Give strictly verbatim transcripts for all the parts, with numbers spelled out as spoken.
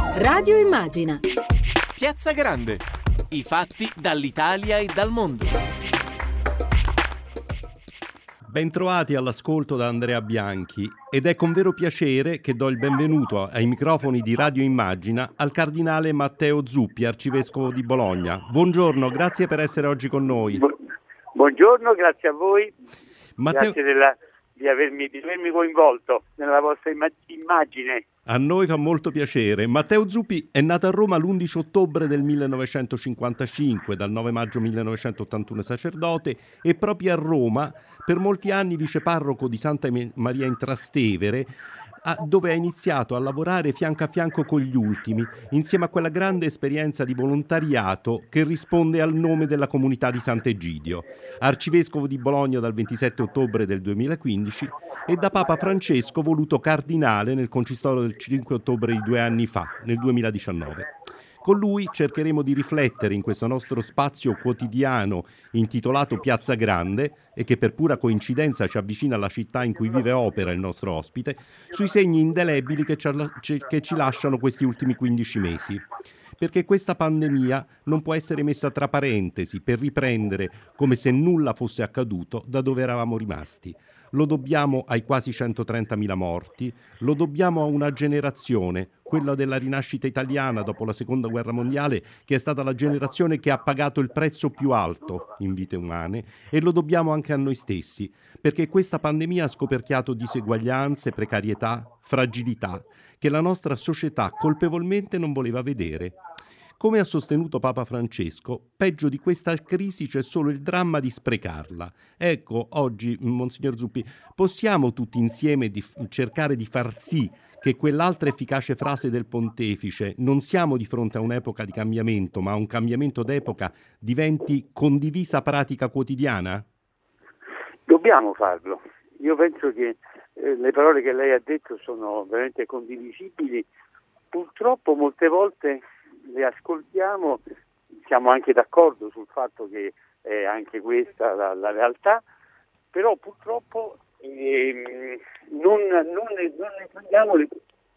Radio Immagina. Piazza Grande. I fatti dall'Italia e dal mondo. Bentrovati all'ascolto da Andrea Bianchi ed è con vero piacere che do il benvenuto ai microfoni di Radio Immagina al cardinale Matteo Zuppi, arcivescovo di Bologna. Buongiorno, grazie per essere oggi con noi. Bu- buongiorno, grazie a voi, Matteo... grazie della, di, avermi, di avermi coinvolto nella vostra imma- immagine. A noi fa molto piacere. Matteo Zuppi è nato a Roma l'undici ottobre del millenovecentocinquantacinque, dal nove maggio millenovecentottantuno sacerdote e proprio a Roma per molti anni viceparroco di Santa Maria in Trastevere, dove ha iniziato a lavorare fianco a fianco con gli ultimi, insieme a quella grande esperienza di volontariato che risponde al nome della comunità di Sant'Egidio. Arcivescovo di Bologna dal ventisette ottobre del duemilaquindici e da Papa Francesco voluto cardinale nel concistoro del cinque ottobre di due anni fa, nel duemiladiciannove. Con lui cercheremo di riflettere in questo nostro spazio quotidiano intitolato Piazza Grande e che per pura coincidenza ci avvicina alla città in cui vive e opera il nostro ospite, sui segni indelebili che ci, che ci lasciano questi ultimi quindici mesi. Perché questa pandemia non può essere messa tra parentesi per riprendere come se nulla fosse accaduto da dove eravamo rimasti. Lo dobbiamo ai quasi centotrentamila morti, lo dobbiamo a una generazione, quella della rinascita italiana dopo la seconda guerra mondiale, che è stata la generazione che ha pagato il prezzo più alto in vite umane, e lo dobbiamo anche a noi stessi, perché questa pandemia ha scoperchiato diseguaglianze, precarietà, fragilità, che la nostra società colpevolmente non voleva vedere. Come ha sostenuto Papa Francesco, peggio di questa crisi c'è solo il dramma di sprecarla. Ecco, oggi, Monsignor Zuppi, possiamo tutti insieme di cercare di far sì che quell'altra efficace frase del pontefice, non siamo di fronte a un'epoca di cambiamento, ma a un cambiamento d'epoca, diventi condivisa pratica quotidiana? Dobbiamo farlo. Io penso che eh, le parole che lei ha detto sono veramente condivisibili. Purtroppo molte volte le ascoltiamo, siamo anche d'accordo sul fatto che è anche questa la, la realtà, però purtroppo eh, non, non, ne, non ne prendiamo le,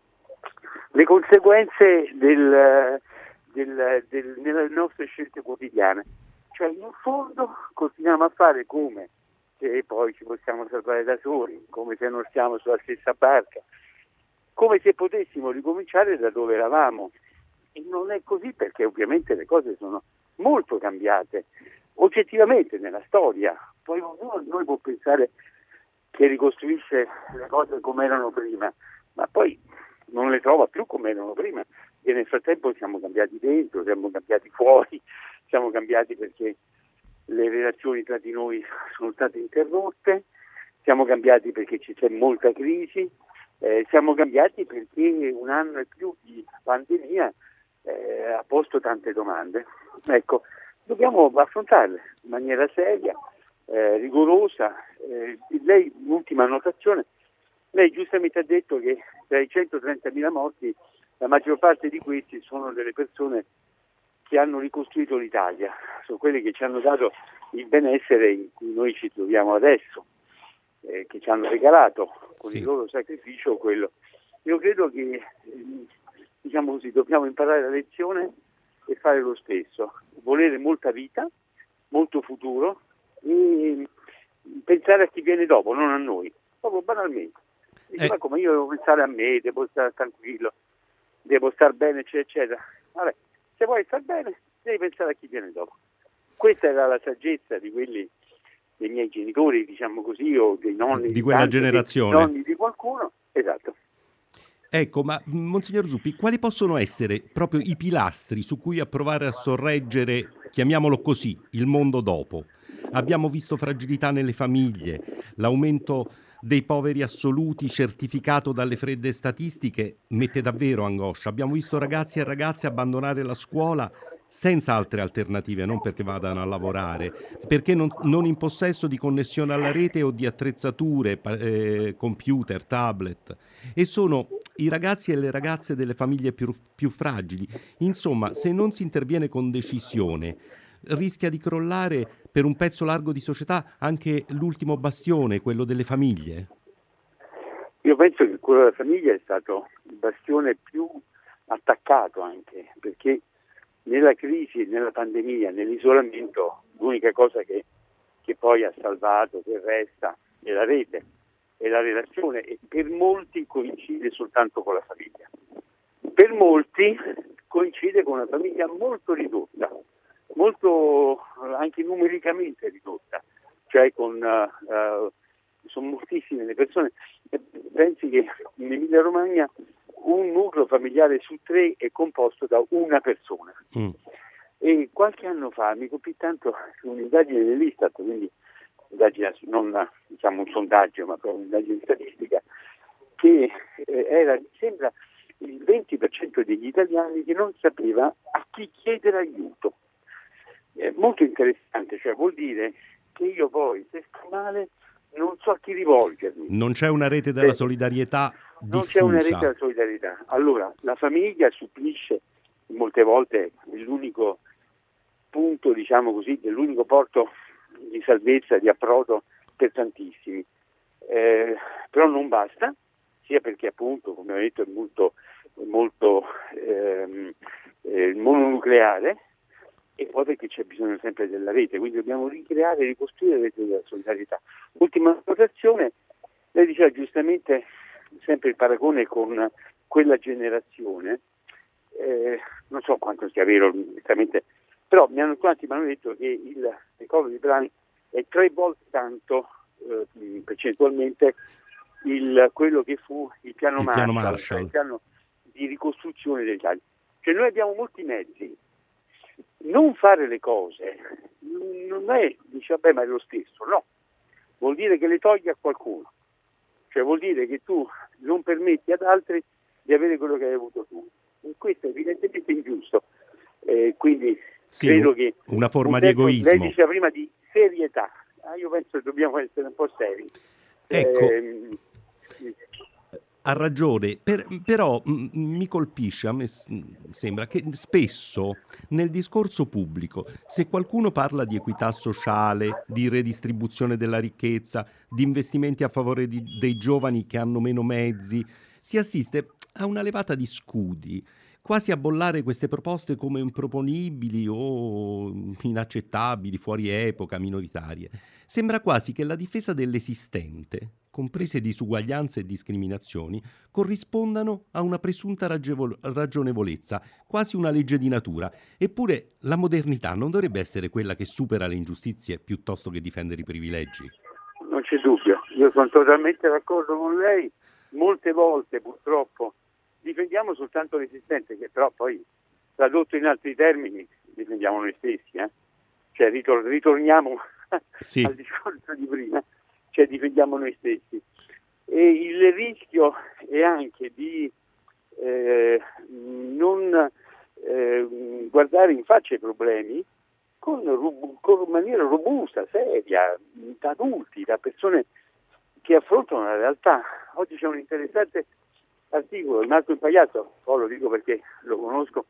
le conseguenze del, del, del, nelle nostre scelte quotidiane. Cioè in fondo continuiamo a fare come se poi ci possiamo salvare da soli, come se non stiamo sulla stessa barca, come se potessimo ricominciare da dove eravamo. E non è così, perché ovviamente le cose sono molto cambiate oggettivamente nella storia. Poi ognuno di noi può pensare che ricostruisce le cose come erano prima, ma poi non le trova più come erano prima, e nel frattempo siamo cambiati dentro, siamo cambiati fuori, siamo cambiati perché le relazioni tra di noi sono state interrotte, siamo cambiati perché c'è molta crisi, eh, siamo cambiati perché un anno e più di pandemia Eh, ha posto tante domande. Ecco, dobbiamo affrontarle in maniera seria, eh, rigorosa. Eh, lei, l'ultima annotazione, lei giustamente ha detto che tra i centotrentamila morti la maggior parte di questi sono delle persone che hanno ricostruito l'Italia, sono quelle che ci hanno dato il benessere in cui noi ci troviamo adesso, eh, che ci hanno regalato con sì. il loro sacrificio quello. Io credo che eh, diciamo così, dobbiamo imparare la lezione e fare lo stesso, volere molta vita, molto futuro e pensare a chi viene dopo, non a noi, proprio banalmente. Dice, eh. ma come io devo pensare a me, devo stare tranquillo, devo star bene, eccetera, eccetera. Vabbè, se vuoi star bene, devi pensare a chi viene dopo. Questa era la saggezza di quelli dei miei genitori, diciamo così, o dei nonni di quella tanti, generazione, dei nonni di qualcuno, esatto. Ecco, ma Monsignor Zuppi, quali possono essere proprio i pilastri su cui approvare a sorreggere, chiamiamolo così, il mondo dopo? Abbiamo visto fragilità nelle famiglie, l'aumento dei poveri assoluti certificato dalle fredde statistiche mette davvero angoscia. Abbiamo visto ragazzi e ragazze abbandonare la scuola senza altre alternative, non perché vadano a lavorare, perché non, non in possesso di connessione alla rete o di attrezzature, eh, computer, tablet. E sono i ragazzi e le ragazze delle famiglie più, più fragili. Insomma, se non si interviene con decisione, rischia di crollare per un pezzo largo di società anche l'ultimo bastione, quello delle famiglie. Io penso che quello della famiglia è stato il bastione più attaccato anche, perché nella crisi, nella pandemia, nell'isolamento, l'unica cosa che, che poi ha salvato, che resta, è la rete, è la relazione, e per molti coincide soltanto con la famiglia. Per molti coincide con una famiglia molto ridotta, molto anche numericamente ridotta, cioè con uh, uh, sono moltissime le persone. Pensi che in Emilia Romagna un nucleo familiare su tre è composto da una persona. Mm. E qualche anno fa mi colpì tanto un'indagine dell'Istat, quindi un'indagine, non diciamo un sondaggio, ma proprio un'indagine statistica, che eh, era, mi sembra, il venti per cento degli italiani che non sapeva a chi chiedere aiuto. È molto interessante, cioè vuol dire che io poi, se sto male, non so a chi rivolgermi. Non c'è una rete della eh, solidarietà diffusa. Non c'è una rete della solidarietà. Allora, la famiglia supplisce molte volte l'unico punto, diciamo così, l'unico porto di salvezza, di approdo per tantissimi. Eh, però non basta, sia perché appunto, come ho detto, è molto, molto ehm, eh, mononucleare, e poi perché c'è bisogno sempre della rete, quindi dobbiamo ricreare e ricostruire la rete della solidarietà. Ultima notazione, lei diceva giustamente sempre il paragone con quella generazione, eh, non so quanto sia vero onestamente, però mi hanno, quanti mi hanno detto che il recovery plan è tre volte tanto eh, percentualmente il, quello che fu il piano, il Marshall, piano Marshall, il piano di ricostruzione dell'Italia. Cioè noi abbiamo molti mezzi. Non fare le cose non è, dice vabbè, ma è lo stesso, no, vuol dire che le togli a qualcuno, cioè vuol dire che tu non permetti ad altri di avere quello che hai avuto tu, e questo è evidentemente ingiusto, eh, quindi sì, credo che una forma un di tempo, egoismo. lei diceva prima di serietà, ah, io penso che dobbiamo essere un po' seri. Ecco, eh, ha ragione, per, però m, mi colpisce, a me sembra che spesso nel discorso pubblico, se qualcuno parla di equità sociale, di redistribuzione della ricchezza, di investimenti a favore di, dei giovani che hanno meno mezzi, si assiste a una levata di scudi, quasi a bollare queste proposte come improponibili o inaccettabili, fuori epoca, minoritarie. Sembra quasi che la difesa dell'esistente, comprese disuguaglianze e discriminazioni, corrispondano a una presunta raggevol- ragionevolezza, quasi una legge di natura. Eppure la modernità non dovrebbe essere quella che supera le ingiustizie piuttosto che difendere i privilegi. Non c'è dubbio, io sono totalmente d'accordo con lei. Molte volte purtroppo difendiamo soltanto l'esistente, che però poi, tradotto in altri termini, difendiamo noi stessi, eh? Cioè ritor- ritorniamo sì. al discorso di prima, cioè difendiamo noi stessi. E il rischio è anche di eh, non eh, guardare in faccia i problemi con, rub- con maniera robusta, seria, da adulti, da persone che affrontano la realtà. Oggi c'è un interessante articolo di Marco Impagliazzo, poi lo dico perché lo conosco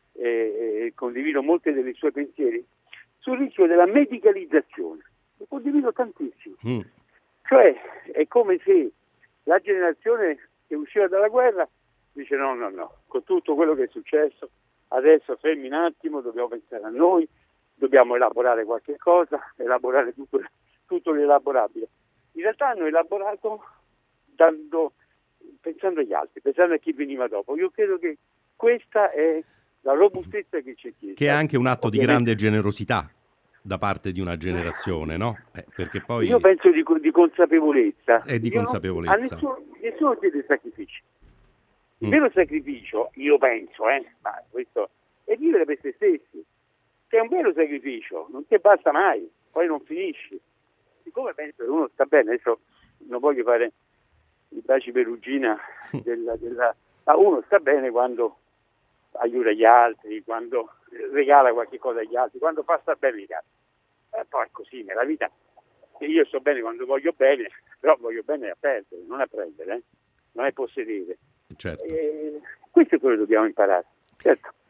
e, e condivido molti dei suoi pensieri, sul rischio della medicalizzazione. Lo condivido tantissimo. Mm. Cioè è come se la generazione che usciva dalla guerra dice no, no, no, con tutto quello che è successo, adesso fermi un attimo, dobbiamo pensare a noi, dobbiamo elaborare qualche cosa, elaborare tutto, tutto l'elaborabile. In realtà hanno elaborato dando, pensando agli altri, pensando a chi veniva dopo. Io credo che questa è la robustezza che ci chiede. Che è anche un atto Ovviamente. di grande generosità da parte di una generazione, no? Eh, perché poi io penso di, di consapevolezza. E di io consapevolezza. Non, a nessuno, nessuno chiede sacrifici. Il Mm. vero sacrificio, io penso, eh, ma questo è vivere per se stessi. Che è un vero sacrificio, non ti basta mai, poi non finisci. Siccome penso che uno sta bene, adesso non voglio fare i baci perugina della, della, ma uno sta bene quando aiuta gli altri, quando regala qualche cosa agli altri, quando fa sta bene gli altri. E poi è così nella vita. Io sto bene quando voglio bene, però voglio bene a perdere, non a prendere, eh? Non è possedere. Certo. E questo è quello che dobbiamo imparare, certo.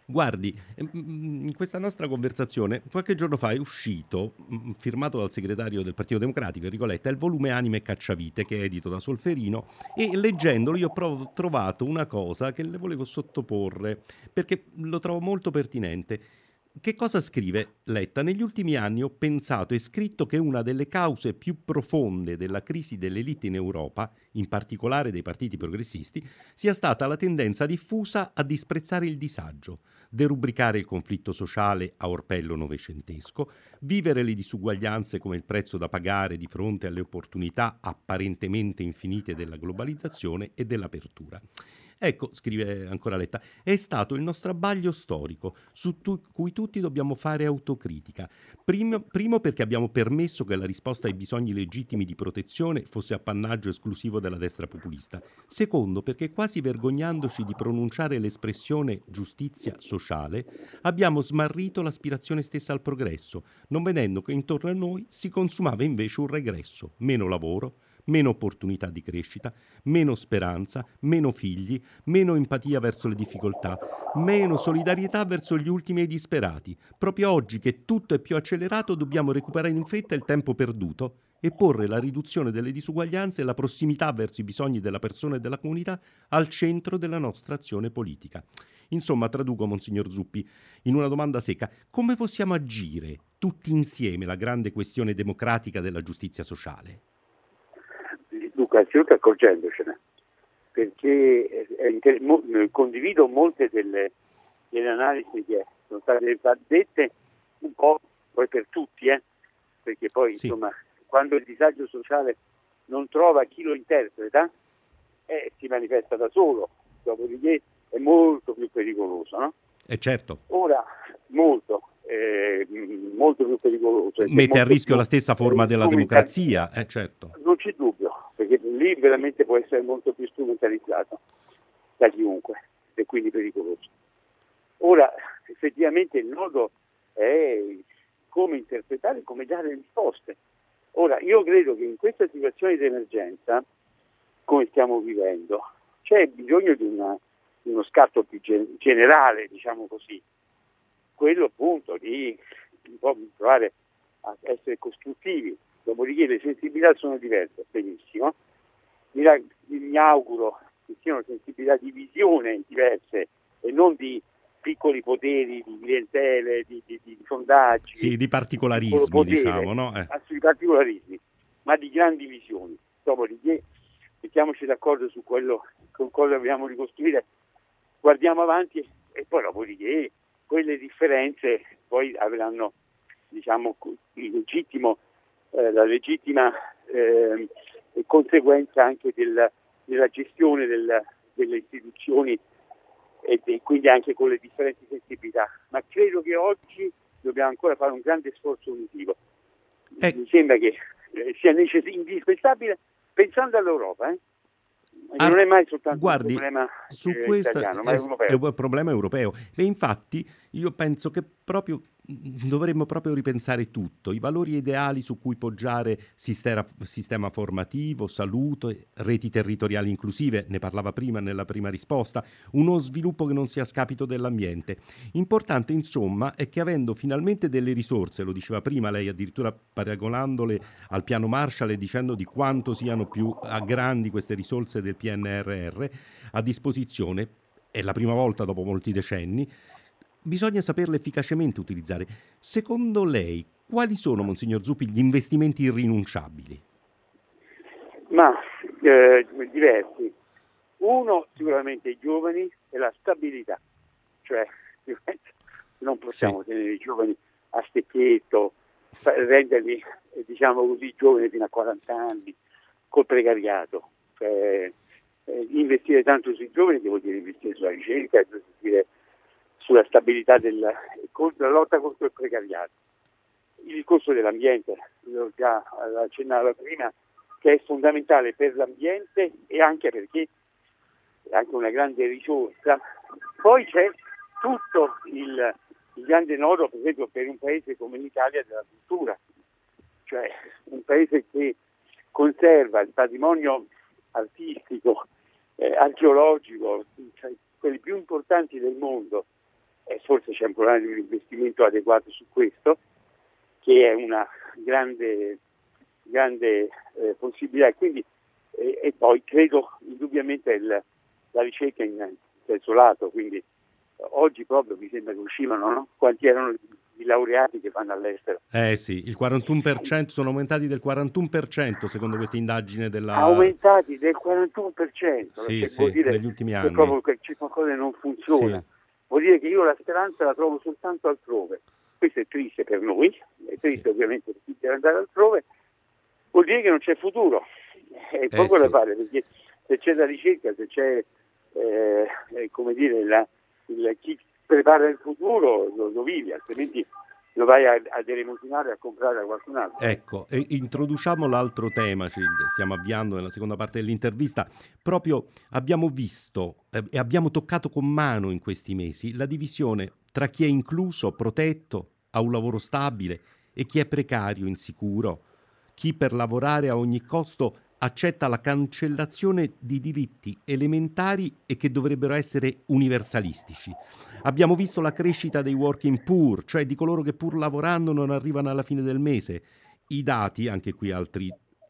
Guardi, in questa nostra conversazione qualche giorno fa è uscito, firmato dal segretario del Partito Democratico Enrico Letta, il volume Anime e Cacciavite, che è edito da Solferino, e leggendolo io ho trovato una cosa che le volevo sottoporre perché lo trovo molto pertinente. Che cosa scrive Letta? Negli ultimi anni ho pensato e scritto che una delle cause più profonde della crisi delle elite in Europa, in particolare dei partiti progressisti, sia stata la tendenza diffusa a disprezzare il disagio, derubricare il conflitto sociale a orpello novecentesco, vivere le disuguaglianze come il prezzo da pagare di fronte alle opportunità apparentemente infinite della globalizzazione e dell'apertura. Ecco, scrive ancora Letta, è stato il nostro abbaglio storico su tu- cui tutti dobbiamo fare autocritica. Primo, primo perché abbiamo permesso che la risposta ai bisogni legittimi di protezione fosse appannaggio esclusivo della destra populista. Secondo perché quasi vergognandoci di pronunciare l'espressione giustizia sociale, abbiamo smarrito l'aspirazione stessa al progresso, non vedendo che intorno a noi si consumava invece un regresso, meno lavoro, meno opportunità di crescita, meno speranza, meno figli, meno empatia verso le difficoltà, meno solidarietà verso gli ultimi e i disperati. Proprio oggi che tutto è più accelerato dobbiamo recuperare in fretta il tempo perduto e porre la riduzione delle disuguaglianze e la prossimità verso i bisogni della persona e della comunità al centro della nostra azione politica. Insomma, traduco, Monsignor Zuppi, in una domanda secca: come possiamo agire tutti insieme la grande questione democratica della giustizia sociale? Luca, anzitutto accorgendocene, perché è inter- mo- condivido molte delle, delle analisi che sono state dette, un po' poi per tutti, eh? Perché poi sì. Insomma, quando il disagio sociale non trova chi lo interpreta, eh, si manifesta da solo, dopodiché è molto più pericoloso, no? Eh certo. Ora, molto, eh, molto più pericoloso. Mette a rischio più, la stessa forma eh, della democrazia, eh certo. Non c'è dubbio, perché lì veramente può essere molto più strumentalizzato da chiunque e quindi pericoloso. Ora, effettivamente il nodo è come interpretare, come dare risposte. Ora, io credo che in questa situazione di emergenza, come stiamo vivendo, c'è bisogno di, una, di uno scatto più gen- generale, diciamo così, quello appunto di un po' provare a essere costruttivi, dopodiché le sensibilità sono diverse, benissimo, mi, mi auguro che siano sensibilità di visione diverse e non di piccoli poteri, di clientele, di, di, di sondaggi. Sì, di particolarismi, potere, diciamo, no? Eh. Di particolarismi, ma di grandi visioni. Dopodiché mettiamoci d'accordo su quello con cosa dobbiamo ricostruire, guardiamo avanti e poi dopodiché quelle differenze poi avranno, diciamo, il legittimo, eh, la legittima eh, conseguenza anche del, della gestione del, delle istituzioni e, e quindi anche con le differenti sensibilità. Ma credo che oggi dobbiamo ancora fare un grande sforzo unitivo. Eh. Mi sembra che eh, sia necess- indispensabile, pensando all'Europa, eh? Ah, non è mai soltanto guardi, un problema su eh, questo italiano, ma è, è europeo. È un problema europeo. E infatti io penso che proprio dovremmo proprio ripensare tutto, i valori ideali su cui poggiare sistema, sistema formativo, salute, reti territoriali inclusive, ne parlava prima nella prima risposta, uno sviluppo che non sia a scapito dell'ambiente. Importante insomma è che avendo finalmente delle risorse, lo diceva prima lei addirittura paragonandole al piano Marshall e dicendo di quanto siano più grandi queste risorse del P N R R a disposizione, è la prima volta dopo molti decenni, bisogna saperle efficacemente utilizzare. Secondo lei, quali sono, Monsignor Zuppi, gli investimenti irrinunciabili? Ma eh, diversi. Uno, sicuramente i giovani e la stabilità. Cioè, non possiamo sì. tenere i giovani a stecchetto, renderli, diciamo così, giovani fino a quaranta anni, col precariato. Cioè, eh, investire tanto sui giovani che vuol dire investire sulla ricerca, investire sulla stabilità del, contro la lotta contro il precariato. Il discorso dell'ambiente, l'ho già accennato prima, che è fondamentale per l'ambiente e anche perché è anche una grande risorsa. Poi c'è tutto il, il grande nodo, per esempio, per un paese come l'Italia della cultura, cioè un paese che conserva il patrimonio artistico, eh, archeologico, cioè quelli più importanti del mondo, è forse c'è un problema di un investimento adeguato su questo, che è una grande, grande eh, possibilità. E, quindi, eh, e poi credo indubbiamente il, la ricerca in senso lato, quindi oggi proprio mi sembra che uscivano, no? Quanti erano i laureati che vanno all'estero? Eh sì, il quarantuno per cento, sono aumentati del quarantuno per cento secondo questa indagine della... Aumentati del quarantuno per cento, Sì, cioè, sì, vuol dire negli ultimi che anni. proprio che c'è qualcosa che non funziona. Sì. Vuol dire che io la speranza la trovo soltanto altrove. Questo è triste per noi, è triste Sì. ovviamente per chi deve andare altrove, vuol dire che non c'è futuro. È poco Eh, da sì. fare, perché se c'è la ricerca, se c'è eh, eh, come dire, la, il, chi prepara il futuro lo, lo vivi, altrimenti lo vai a, ad elemosinare, a comprare da qualcun altro. Ecco, e introduciamo l'altro tema, ci stiamo avviando nella seconda parte dell'intervista. Proprio abbiamo visto eh, e abbiamo toccato con mano in questi mesi la divisione tra chi è incluso, protetto, ha un lavoro stabile e chi è precario, insicuro, chi per lavorare a ogni costo accetta la cancellazione di diritti elementari e che dovrebbero essere universalistici. Abbiamo visto la crescita dei working poor, cioè di coloro che pur lavorando non arrivano alla fine del mese. I dati, anche qui altri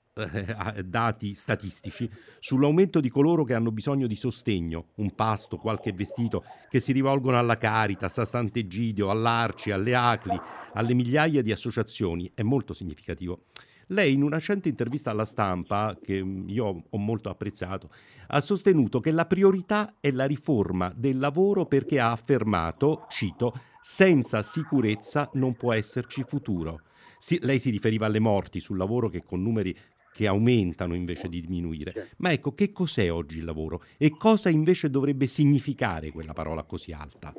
eh, dati statistici, sull'aumento di coloro che hanno bisogno di sostegno, un pasto, qualche vestito, che si rivolgono alla Caritas, a Sant'Egidio, all'Arci, alle ACLI, alle migliaia di associazioni, è molto significativo. Lei, in una recente intervista alla Stampa, che io ho molto apprezzato, ha sostenuto che la priorità è la riforma del lavoro perché ha affermato, cito, senza sicurezza non può esserci futuro. Si, lei si riferiva alle morti sul lavoro che con numeri che aumentano invece di diminuire. Ma ecco, che cos'è oggi il lavoro? E cosa invece dovrebbe significare quella parola così alta?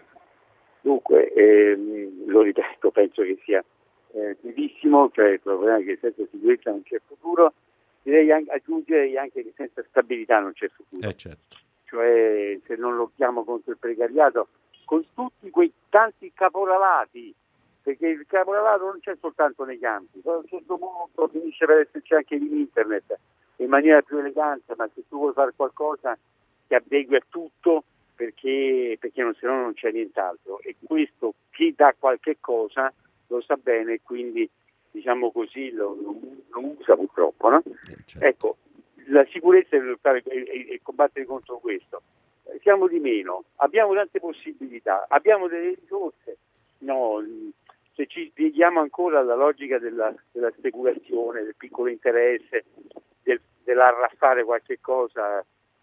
Dunque, ehm, lo ripeto, penso che sia eh, vivissimo, cioè il problema è che senza sicurezza non c'è futuro, direi anche, aggiungerei anche che senza stabilità non c'è futuro. Eh certo. Cioè se non lottiamo contro il precariato, con tutti quei tanti capolavati, perché il caporalato non c'è soltanto nei campi, a un certo punto finisce per esserci anche in internet, in maniera più elegante, ma se tu vuoi fare qualcosa ti adegui a tutto, perché, perché non, se no non c'è nient'altro, e questo chi dà qualche cosa lo sa bene e quindi diciamo così lo, lo, lo usa purtroppo, no? Eh, certo. Ecco, la sicurezza è lottare e, e, e combattere contro questo. Siamo di meno, abbiamo tante possibilità, abbiamo delle risorse, no, se ci spieghiamo ancora la logica della, della speculazione, del piccolo interesse, del, dell'arraffare qualche cosa,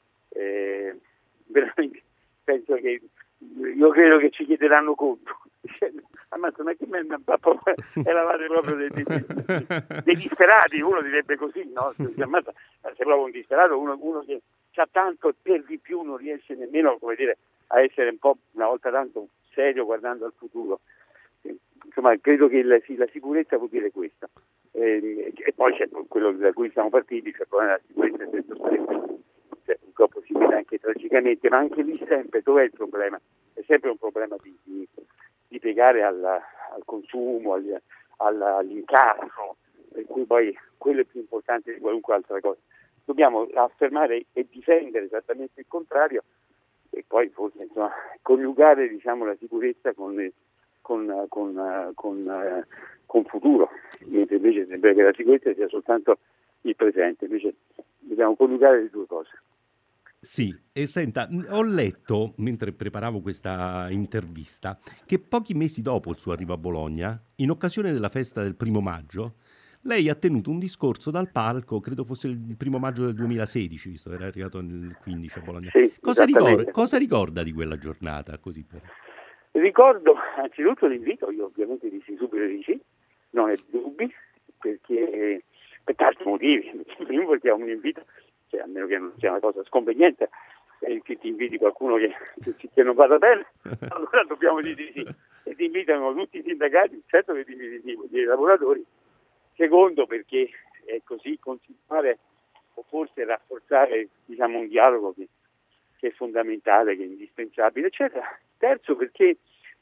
eh, veramente penso che io credo che ci chiederanno conto. Ammazza, ma che me, eravate proprio dei, dei, dei, dei disperati, uno direbbe così, no? Ammazza, sei proprio un disperato, uno, uno che ha tanto e per di più non riesce nemmeno, come dire, a essere un po' una volta tanto serio guardando al futuro. Insomma, credo che la, la sicurezza vuol dire questo. Eh, e poi c'è quello da cui siamo partiti, c'è il problema della sicurezza in senso stretto, cioè, purtroppo si vede anche tragicamente, ma anche lì sempre dov'è il problema? È sempre un problema di, di, di piegare al, al consumo, al, al, all'incasso, per cui poi quello è più importante di qualunque altra cosa. Dobbiamo affermare e difendere esattamente il contrario e poi forse insomma coniugare diciamo la sicurezza con con con con, con futuro, mentre invece sembra che la sicurezza sia soltanto il presente, invece dobbiamo coniugare le due cose. Sì, e senta, ho letto, mentre preparavo questa intervista, che pochi mesi dopo il suo arrivo a Bologna, in occasione della festa del primo maggio, lei ha tenuto un discorso dal palco, credo fosse il primo maggio del duemilasedici, visto che era arrivato nel quindici a Bologna. Sì, cosa, ricorda, cosa ricorda di quella giornata? Così per... Ricordo anzitutto l'invito, io ovviamente dissi subito di sì, non è dubbi, perché per tanti motivi, primo perché è un invito, cioè, a meno che non sia una cosa sconveniente, eh, che ti inviti qualcuno che, che, che non vada bene, allora dobbiamo dire di sì. E ti invitano tutti i sindacati, certo che ti inviti i lavoratori. Secondo perché è così continuare o forse rafforzare diciamo un dialogo che, che è fondamentale, che è indispensabile, eccetera. Terzo perché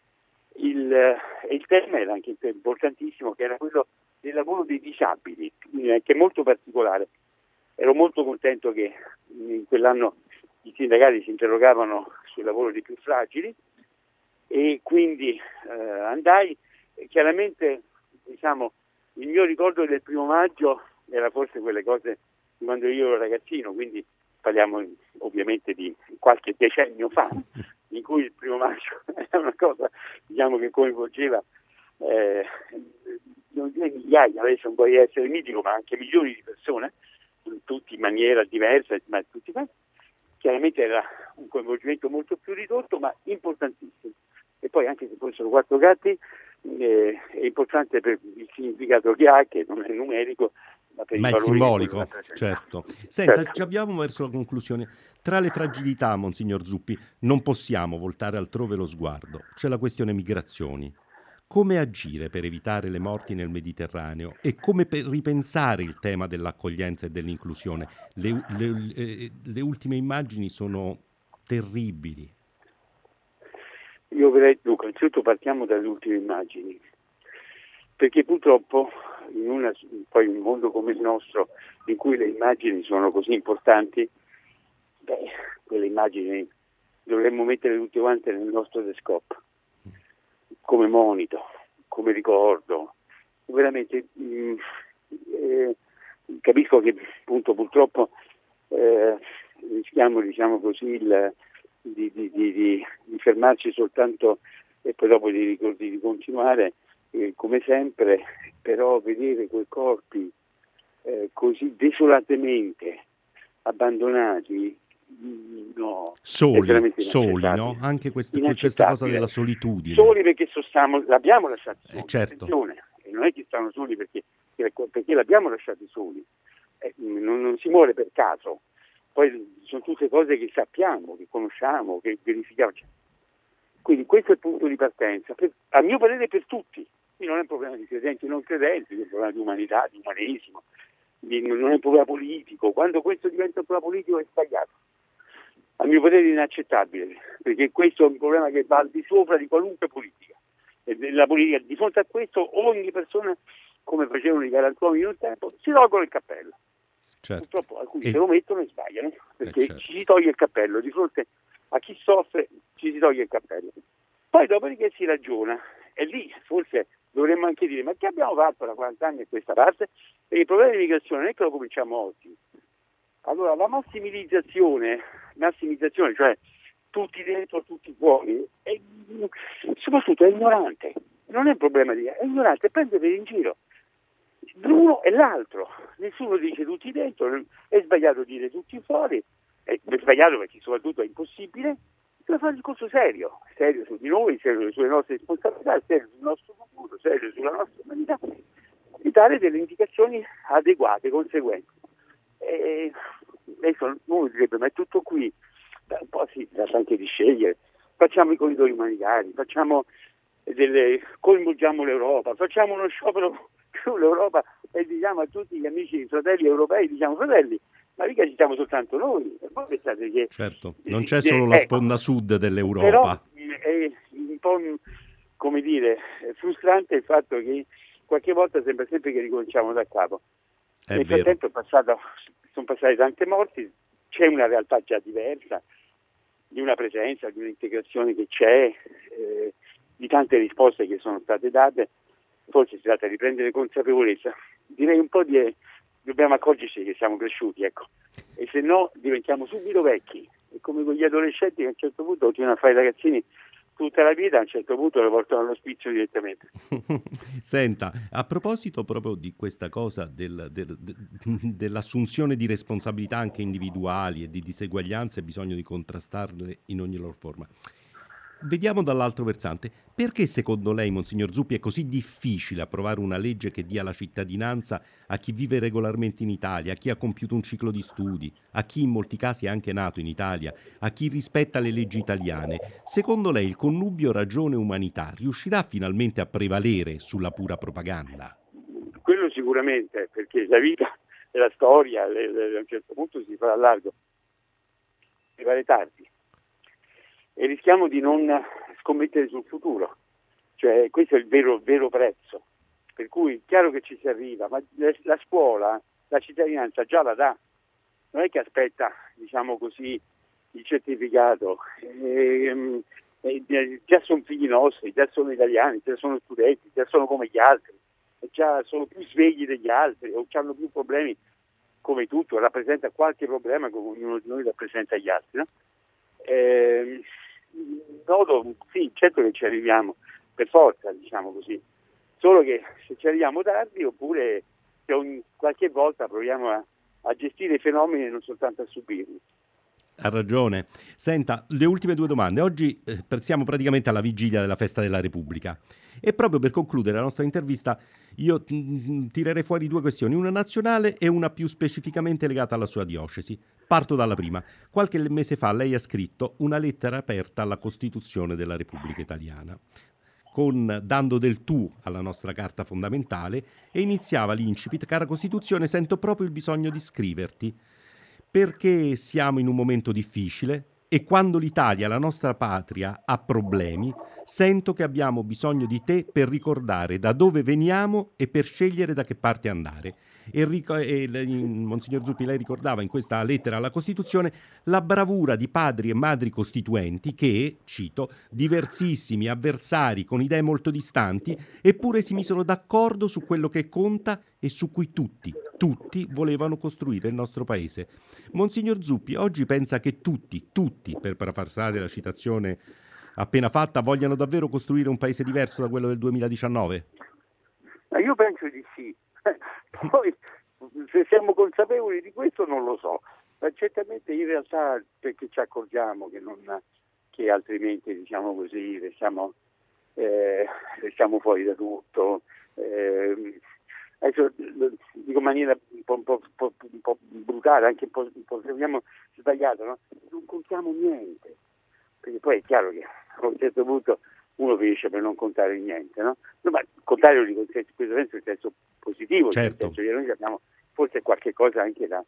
il, il tema era anche importantissimo, che era quello del lavoro dei disabili, che è molto particolare. Ero molto contento che in quell'anno i sindacati si interrogavano sul lavoro dei più fragili e quindi eh, andai. E chiaramente, diciamo, il mio ricordo del primo maggio era forse quelle cose di quando io ero ragazzino, quindi parliamo ovviamente di qualche decennio fa, in cui il primo maggio era una cosa, diciamo, che coinvolgeva eh, non dire migliaia, adesso non puoi essere mitico, ma anche milioni di persone, tutti in maniera diversa, ma tutti quanti. Chiaramente era un coinvolgimento molto più ridotto, ma importantissimo. E poi anche se fossero quattro gatti, eh, è importante per il significato che ha, che non è numerico, ma per Ma i è valori simbolico, che certo. Senta, certo. ci avviamo verso la conclusione. Tra le fragilità, Monsignor Zuppi, non possiamo voltare altrove lo sguardo. C'è la questione migrazioni. Come agire per evitare le morti nel Mediterraneo e come per ripensare il tema dell'accoglienza e dell'inclusione? Le, le, le, le ultime immagini sono terribili. Io vedrei, Luca, innanzitutto partiamo dalle ultime immagini, perché purtroppo in una, poi un mondo come il nostro, in cui le immagini sono così importanti, beh, quelle immagini dovremmo mettere tutte quante nel nostro desktop, come monito, come ricordo. Veramente mh, eh, capisco che appunto purtroppo eh, rischiamo, diciamo così, il, di, di, di, di, di fermarci soltanto e poi dopo di, di, di continuare eh, come sempre, però vedere quei corpi eh, così desolatamente abbandonati, no, Soli, soli, no? Anche questo, questa cosa della solitudine. Soli perché stiamo, l'abbiamo lasciati soli, eh, certo. attenzione, e non è che stanno soli perché, perché l'abbiamo lasciati soli, eh, non, non si muore per caso, poi sono tutte cose che sappiamo, che conosciamo, che verifichiamo. Quindi questo è il punto di partenza, per, a mio parere per tutti. Qui non è un problema di credenti e non credenti, è un problema di umanità, di umanesimo, di, non è un problema politico. Quando questo diventa un problema politico è sbagliato. A mio parere è inaccettabile, perché questo è un problema che va al di sopra di qualunque politica. E della politica, di fronte a questo ogni persona, come facevano i galantuomini in un tempo, si tolgono il cappello. Certo. Purtroppo alcuni e... se lo mettono e sbagliano, perché eh, certo. ci si toglie il cappello, di fronte a chi soffre ci si toglie il cappello. Poi dopodiché si ragiona, e lì forse dovremmo anche dire, ma che abbiamo fatto da quaranta anni a questa parte? Perché il problema di migrazione non è che lo cominciamo oggi. Allora la massimizzazione, massimizzazione, cioè tutti dentro, tutti fuori, è, soprattutto è ignorante, non è un problema di... è ignorante, prende per in giro l'uno e l'altro, nessuno dice tutti dentro, è sbagliato dire tutti fuori, è sbagliato perché soprattutto è impossibile, bisogna fare un discorso serio, serio su di noi, serio sulle nostre responsabilità, serio sul nostro futuro, serio sulla nostra umanità, e dare delle indicazioni adeguate, conseguenti. E adesso uno direbbe, ma è tutto qui, beh, un po' si tratta anche di scegliere, facciamo i corridoi umanitari, facciamo delle, coinvolgiamo l'Europa, facciamo uno sciopero sull'Europa e diciamo a tutti gli amici fratelli europei, diciamo fratelli, ma mica ci siamo soltanto noi, e voi pensate che certo, non c'è solo la ecco, sponda sud dell'Europa. Però è un po' come dire frustrante il fatto che qualche volta sembra sempre che ricominciamo da capo. È Nel vero. frattempo è passato, sono passate tante morti, c'è una realtà già diversa, di una presenza, di un'integrazione che c'è, eh, di tante risposte che sono state date. Forse si tratta di prendere consapevolezza. Direi un po' di dobbiamo accorgerci che siamo cresciuti, ecco, e se no diventiamo subito vecchi, e come con gli adolescenti che a un certo punto continuano a fare i ragazzini tutta la vita, a un certo punto lo portano all'ospizio direttamente. Senta, a proposito proprio di questa cosa del, del, de, dell'assunzione di responsabilità anche individuali e di diseguaglianze, bisogno di contrastarle in ogni loro forma. Vediamo dall'altro versante. Perché secondo lei, Monsignor Zuppi, è così difficile approvare una legge che dia la cittadinanza a chi vive regolarmente in Italia, a chi ha compiuto un ciclo di studi, a chi in molti casi è anche nato in Italia, a chi rispetta le leggi italiane? Secondo lei il connubio ragione-umanità riuscirà finalmente a prevalere sulla pura propaganda? Quello sicuramente, perché la vita e la storia le, le, a un certo punto si farà largo, si farà tardi. E rischiamo di non scommettere sul futuro, cioè questo è il vero, vero prezzo, per cui chiaro che ci si arriva, ma la scuola la cittadinanza già la dà, non è che aspetta, diciamo così, il certificato, e, e già sono figli nostri, già sono italiani, già sono studenti, già sono come gli altri, già sono più svegli degli altri o hanno più problemi come tutto, rappresenta qualche problema come ognuno di noi rappresenta gli altri, no? Eh, nodo, sì, certo che ci arriviamo per forza, diciamo così, solo che se ci arriviamo tardi oppure che ogni, qualche volta proviamo a, a gestire i fenomeni e non soltanto a subirli. Ha ragione. Senta, le ultime due domande. Oggi eh, siamo praticamente alla vigilia della festa della Repubblica e proprio per concludere la nostra intervista io t- tirerei fuori due questioni, una nazionale e una più specificamente legata alla sua diocesi. Parto dalla prima. Qualche mese fa lei ha scritto una lettera aperta alla Costituzione della Repubblica Italiana, con, dando del tu alla nostra carta fondamentale, e iniziava l'incipit: cara Costituzione, sento proprio il bisogno di scriverti, perché siamo in un momento difficile e quando l'Italia, la nostra patria, ha problemi, sento che abbiamo bisogno di te per ricordare da dove veniamo e per scegliere da che parte andare. E, ric- e Monsignor Zuppi, lei ricordava in questa lettera alla Costituzione la bravura di padri e madri costituenti che, cito, diversissimi, avversari, con idee molto distanti, eppure si misero d'accordo su quello che conta e su cui tutti, tutti volevano costruire il nostro paese. Monsignor Zuppi oggi pensa che tutti, tutti, per parafrasare la citazione appena fatta, vogliano davvero costruire un paese diverso da quello del duemiladiciannove? Ma io penso di sì. Poi se siamo consapevoli di questo non lo so, ma certamente in realtà perché ci accorgiamo che, non, che altrimenti, diciamo così, restiamo, eh, restiamo fuori da tutto. Eh, adesso dico in maniera un po', un po', un po', un po' brutale, anche un po', un po' sbagliato, no? Non contiamo niente, perché poi è chiaro che a un certo punto uno finisce per non contare niente, no? No, ma contare lo dico in questo senso, in senso positivo, certo. Nel senso che noi abbiamo forse qualche cosa anche da,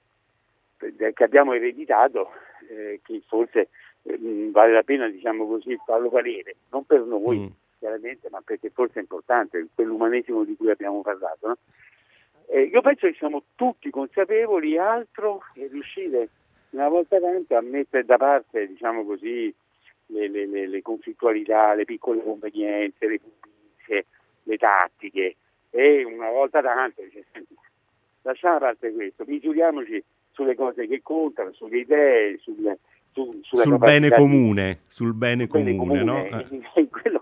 che abbiamo ereditato, eh, che forse eh, vale la pena, diciamo così, farlo valere, non per noi mm. chiaramente, ma perché forse è importante, quell'umanesimo di cui abbiamo parlato, no? Eh, io penso che siamo tutti consapevoli, altro è riuscire una volta tanto a mettere da parte, diciamo così, Le, le, le, le conflittualità, le piccole convenienze, le pulizia, le tattiche, e una volta tanto cioè, lasciamo a parte questo, misuriamoci sulle cose che contano, sulle idee, sul, su, sulla sul bene di, comune, sul bene sul comune, bene comune, no? Eh. Quello,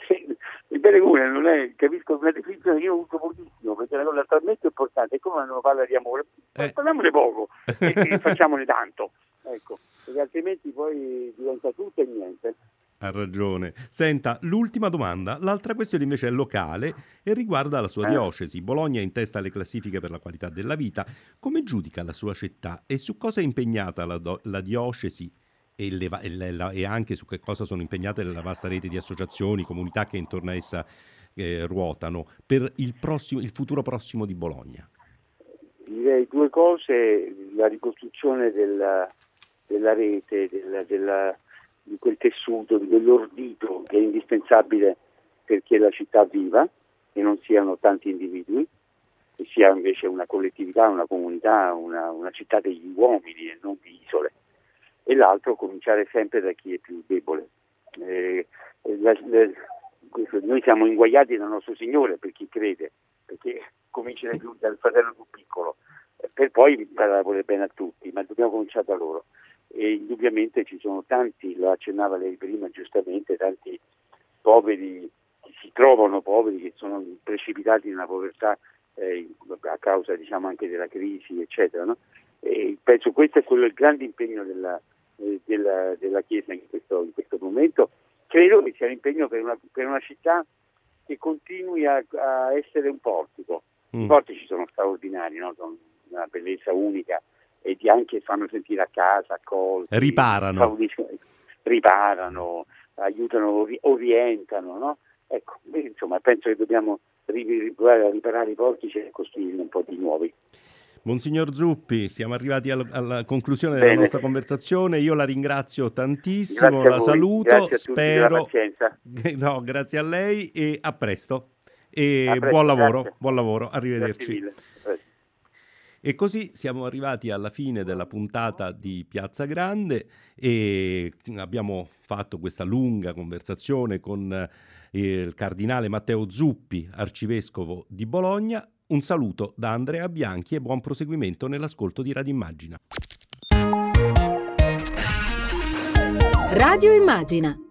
il bene comune non è, capisco, una definizione che io uso pochissimo, perché è una cosa talmente importante, è come quando parla di amore, Eh. parliamone poco e, e facciamone tanto, ecco, perché altrimenti poi diventa tutto e niente. Ha ragione. Senta, l'ultima domanda, l'altra questione invece è locale e riguarda la sua Eh. diocesi. Bologna è in testa alle classifiche per la qualità della vita. Come giudica la sua città e su cosa è impegnata la, do- la diocesi e, le va- e, le- la- e anche su che cosa sono impegnate la vasta rete di associazioni, comunità che intorno a essa eh, ruotano per il, prossimo, il futuro prossimo di Bologna? Direi due cose: la ricostruzione della, della rete, della, della, di quel tessuto, di quell'ordito che è indispensabile perché la città viva e non siano tanti individui, che sia invece una collettività, una comunità, una, una città degli uomini e non di isole. E l'altro, cominciare sempre da chi è più debole. Eh, la, la, questo, noi siamo inguaiati dal nostro Signore per chi crede, perché comincia dal, dal fratello più piccolo, eh, per poi imparare a volere bene a tutti, ma dobbiamo cominciare da loro. E indubbiamente ci sono tanti, lo accennava lei prima giustamente, tanti poveri che si trovano poveri, che sono precipitati in una povertà eh, a causa, diciamo, anche della crisi, eccetera, no? E penso questo è quello il grande impegno della, eh, della, della Chiesa in questo, in questo momento. Credo che sia l'impegno per una, per una città che continui a, a essere un portico. Mm. I portici sono straordinari, no? Sono una bellezza unica e ti anche fanno sentire a casa, accolti, riparano, riparano, aiutano, orientano, no? Ecco, insomma, penso che dobbiamo provare a riparare i portici e costruirne un po' di nuovi. Monsignor Zuppi, siamo arrivati alla, alla conclusione Bene. della nostra conversazione. Io la ringrazio tantissimo, Grazie la saluto, grazie a tutti spero. della pazienza. No, grazie a lei e a presto. E a presto, buon lavoro, grazie. buon lavoro, arrivederci. Grazie mille. E così siamo arrivati alla fine della puntata di Piazza Grande e abbiamo fatto questa lunga conversazione con il cardinale Matteo Zuppi, arcivescovo di Bologna. Un saluto da Andrea Bianchi e buon proseguimento nell'ascolto di Radio Immagina. Radio Immagina.